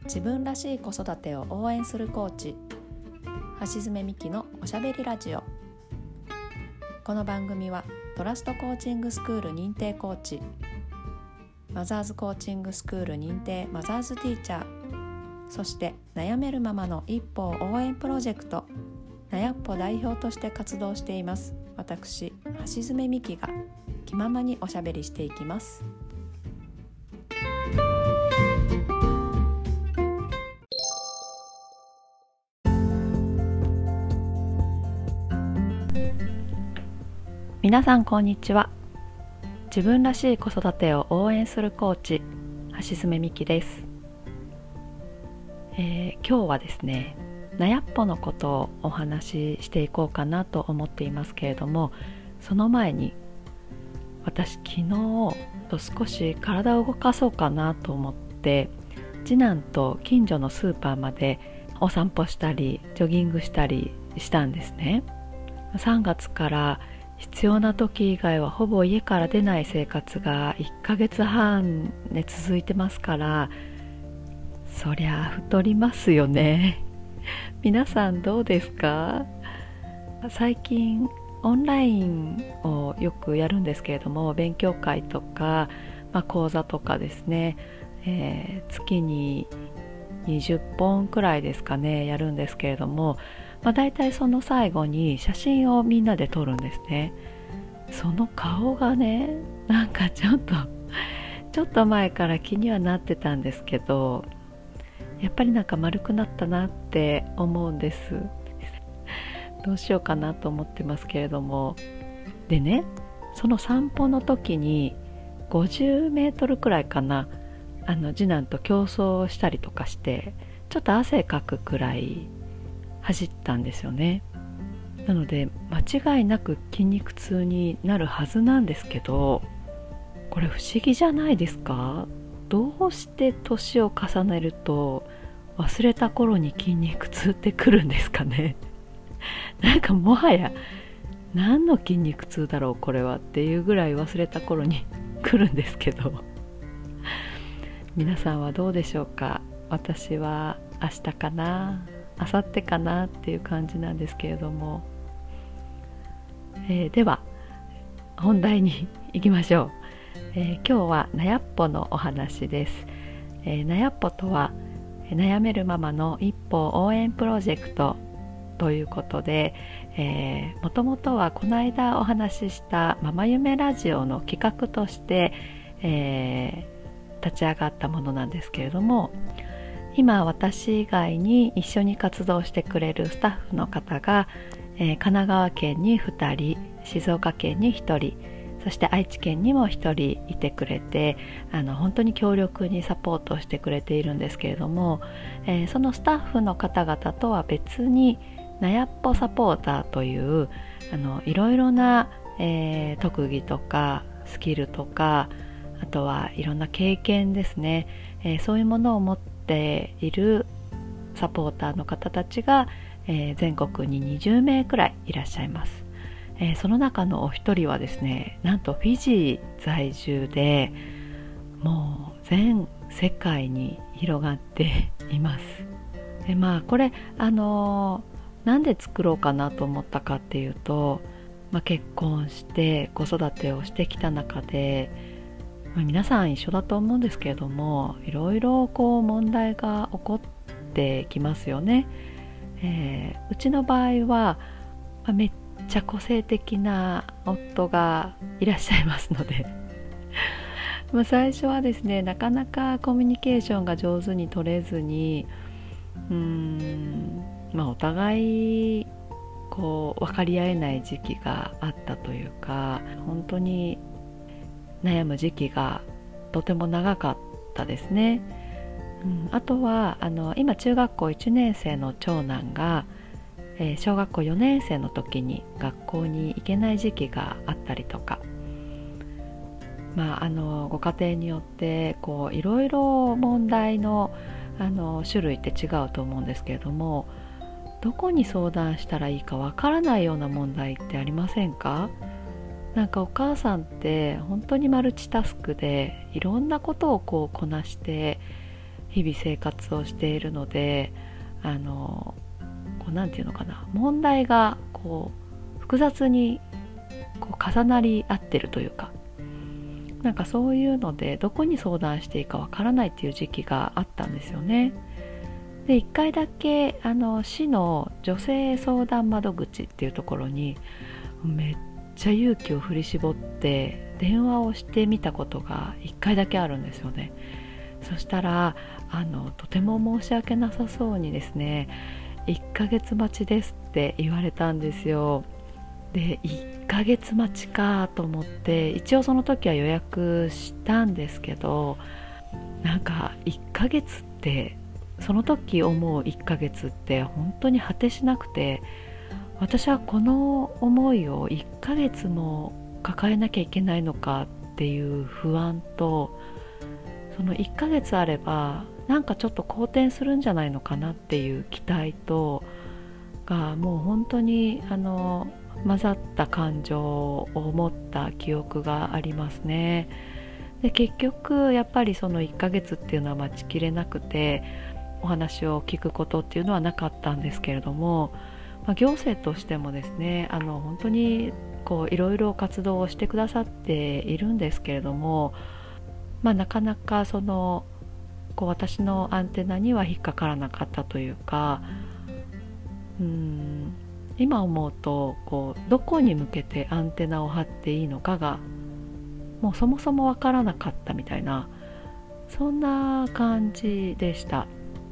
自分らしい子育てを応援するコーチ、橋爪美希のおしゃべりラジオ。この番組はトラストコーチングスクール認定コーチ、マザーズコーチングスクール認定マザーズティーチャー、そして悩めるママの一歩を応援プロジェクトなやっぽ代表として活動しています私、橋爪美希が気ままにおしゃべりしていきます。皆さんこんにちは。自分らしい子育てを応援するコーチ、橋爪美希です。今日はですね、なやっぽのことをお話ししていこうかなと思っていますけれども、その前に私昨日少し体を動かそうかなと思って次男と近所のスーパーまでお散歩したりジョギングしたりしたんですね。3月から必要な時以外はほぼ家から出ない生活が1ヶ月半ね続いてますから、そりゃ太りますよね。皆さんどうですか？最近オンラインをよくやるんですけれども、勉強会とか、講座とかですね、月に20本くらいですかねやるんですけれども、だいたいその最後に写真をみんなで撮るんですね。その顔がね、なんかちょっと前から気にはなってたんですけど、やっぱりなんか丸くなったなって思うんです。どうしようかなと思ってますけれども、でね、その散歩の時に50メートルくらいかな、次男と競争したりとかしてちょっと汗かくくらい走ったんですよね。なので間違いなく筋肉痛になるはずなんですけど、これ不思議じゃないですか？どうして年を重ねると忘れた頃に筋肉痛ってくるんですかね。なんかもはや何の筋肉痛だろうこれはっていうぐらい忘れた頃に来るんですけど、皆さんはどうでしょうか？私は明日かな明後日かなっていう感じなんですけれども、では本題に行きましょう。今日はなやっぽのお話です。なやっぽとは悩めるママの一歩応援プロジェクトということで、もともとはこの間お話ししたママ夢ラジオの企画として、立ち上がったものなんですけれども、今私以外に一緒に活動してくれるスタッフの方が、神奈川県に2人、静岡県に1人、そして愛知県にも1人いてくれて、本当に強力にサポートしてくれているんですけれども、そのスタッフの方々とは別になやっぽサポーターといういろいろな、特技とかスキルとか、あとはいろんな経験ですね、そういうものを持っているサポーターの方たちが、全国に20名くらいいらっしゃいます。その中のお一人はですね、なんとフィジー在住で、もう全世界に広がっています。でこれなんで作ろうかなと思ったかっていうと、結婚して子育てをしてきた中で、皆さん一緒だと思うんですけれども、いろいろ問題が起こってきますよね。うちの場合は、めっちゃ個性的な夫がいらっしゃいますので最初はですね、なかなかコミュニケーションが上手に取れずに、お互い分かり合えない時期があったというか、本当に悩む時期がとても長かったですね。あとは今中学校1年生の長男が、小学校4年生の時に学校に行けない時期があったりとか、ご家庭によっていろいろ問題の種類って違うと思うんですけれども、どこに相談したらいいかわからないような問題ってありませんか？なんかお母さんって本当にマルチタスクでいろんなことをこなして日々生活をしているので、なんていうのかな、問題が複雑に重なり合ってるというか、なんかそういうのでどこに相談していいかわからないっていう時期があったんですよね。で1回だけ市の女性相談窓口っていうところにめっちゃ勇気を振り絞って電話をしてみたことが1回だけあるんですよね。そしたらとても申し訳なさそうにですね、1ヶ月待ちですって言われたんですよ。で1ヶ月待ちかと思って、一応その時は予約したんですけど、なんか1ヶ月って、その時思う1ヶ月って本当に果てしなくて、私はこの思いを1ヶ月も抱えなきゃいけないのかっていう不安と、その1ヶ月あればなんかちょっと好転するんじゃないのかなっていう期待とが、もう本当に混ざった感情を持った記憶がありますね。で結局やっぱりその1ヶ月っていうのは待ちきれなくて、お話を聞くことっていうのはなかったんですけれども、行政としてもですね、本当にいろいろ活動をしてくださっているんですけれども、なかなか私のアンテナには引っかからなかったというか、今思うとどこに向けてアンテナを張っていいのかがもうそもそもわからなかったみたいな、そんな感じでした。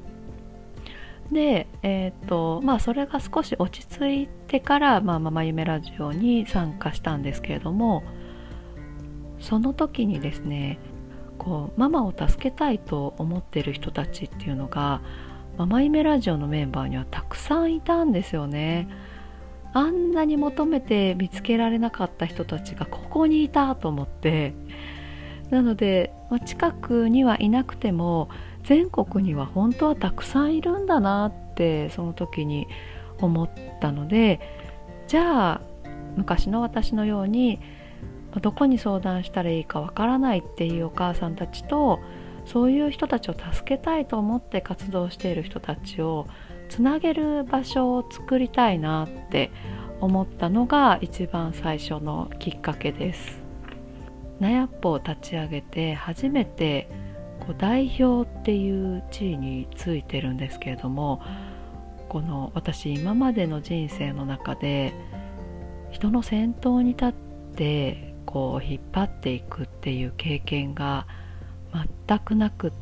で、それが少し落ち着いてから、ママ夢ラジオに参加したんですけれども、その時にですね、ママを助けたいと思っている人たちっていうのがママ夢ラジオのメンバーにはたくさんいたんですよね。あんなに求めて見つけられなかった人たちがここにいたと思って、なので、近くにはいなくても全国には本当はたくさんいるんだなってその時に思ったので、じゃあ昔の私のようにどこに相談したらいいかわからないっていうお母さんたちと、そういう人たちを助けたいと思って活動している人たちをつなげる場所を作りたいなって思ったのが一番最初のきっかけです。なやっぽを立ち上げて初めて代表っていう地位についてるんですけれども、私今までの人生の中で人の先頭に立って引っ張っていくっていう経験が全くなくって、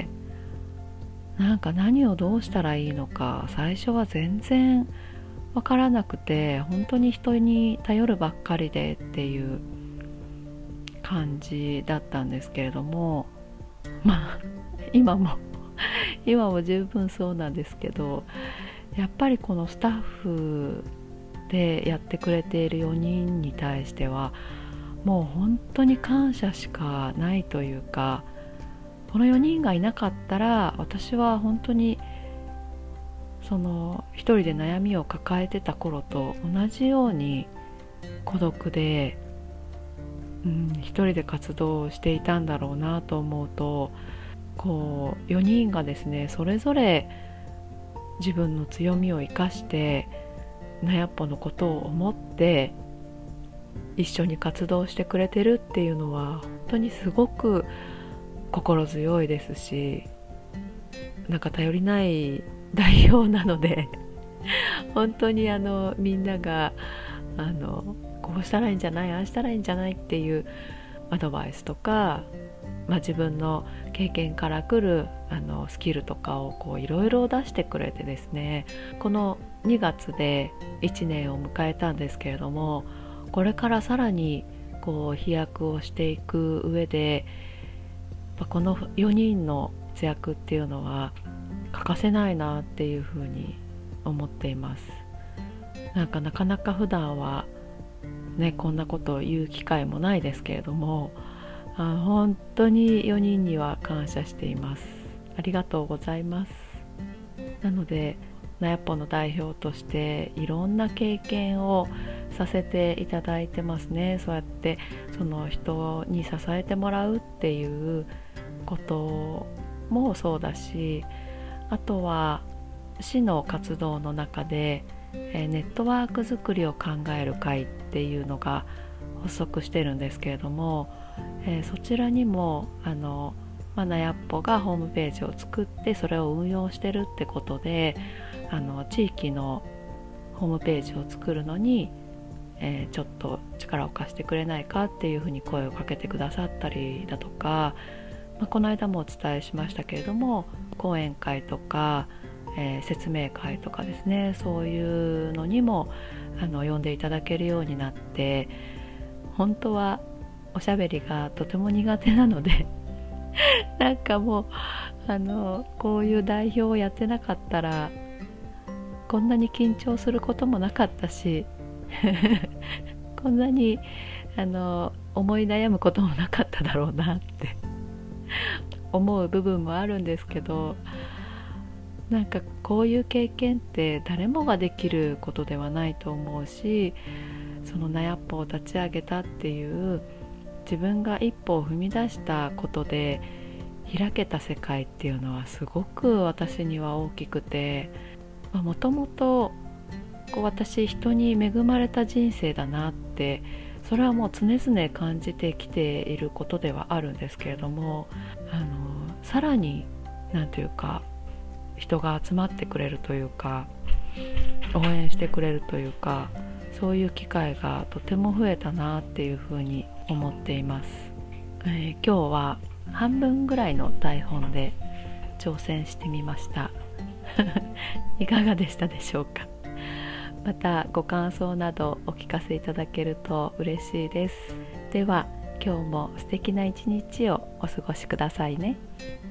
なんか何をどうしたらいいのか最初は全然わからなくて、本当に人に頼るばっかりでっていう感じだったんですけれども、今も十分そうなんですけど、やっぱりこのスタッフでやってくれている4人に対してはもう本当に感謝しかないというか、この4人がいなかったら私は本当にその一人で悩みを抱えてた頃と同じように孤独で、一人で活動していたんだろうなと思うと、4人がですねそれぞれ自分の強みを生かしてなやっぽのことを思って一緒に活動してくれてるっていうのは本当にすごく心強いですし、なんか頼りない代表なので本当にみんながこうしたらいいんじゃない、ああしたらいいんじゃないっていうアドバイスとか、自分の経験から来るスキルとかをいろいろ出してくれてですね、この2月で1年を迎えたんですけれども、これからさらに飛躍をしていく上でこの4人の活躍っていうのは欠かせないなっていうふうに思っています。なかなか普段はねこんなことを言う機会もないですけれども、本当に4人には感謝しています。ありがとうございます。なのでなやっぽの代表としていろんな経験をさせていただいてますね。そうやってその人に支えてもらうっていうこともそうだし、あとは市の活動の中で、ネットワーク作りを考える会っていうのが発足してるんですけれども、そちらにもなやっぽがホームページを作ってそれを運用してるってことで、地域のホームページを作るのに、ちょっと力を貸してくれないかっていうふうに声をかけてくださったりだとか、この間もお伝えしましたけれども、講演会とか、説明会とかですね、そういうのにも呼んでいただけるようになって、本当はおしゃべりがとても苦手なのでなんかもうこういう代表をやってなかったらこんなに緊張することもなかったしこんなに思い悩むこともなかっただろうなって思う部分もあるんですけど、なんかこういう経験って誰もができることではないと思うし、そのなやっぽを立ち上げたっていう自分が一歩を踏み出したことで開けた世界っていうのはすごく私には大きくて、もともと私人に恵まれた人生だなって、それはもう常々感じてきていることではあるんですけれども、さらになんていうか人が集まってくれるというか応援してくれるというか、そういう機会がとても増えたなっていうふうに思っています。今日は半分ぐらいの台本で挑戦してみましたいかがでしたでしょうか。またご感想などお聞かせいただけると嬉しいです。では今日も素敵な一日をお過ごしくださいね。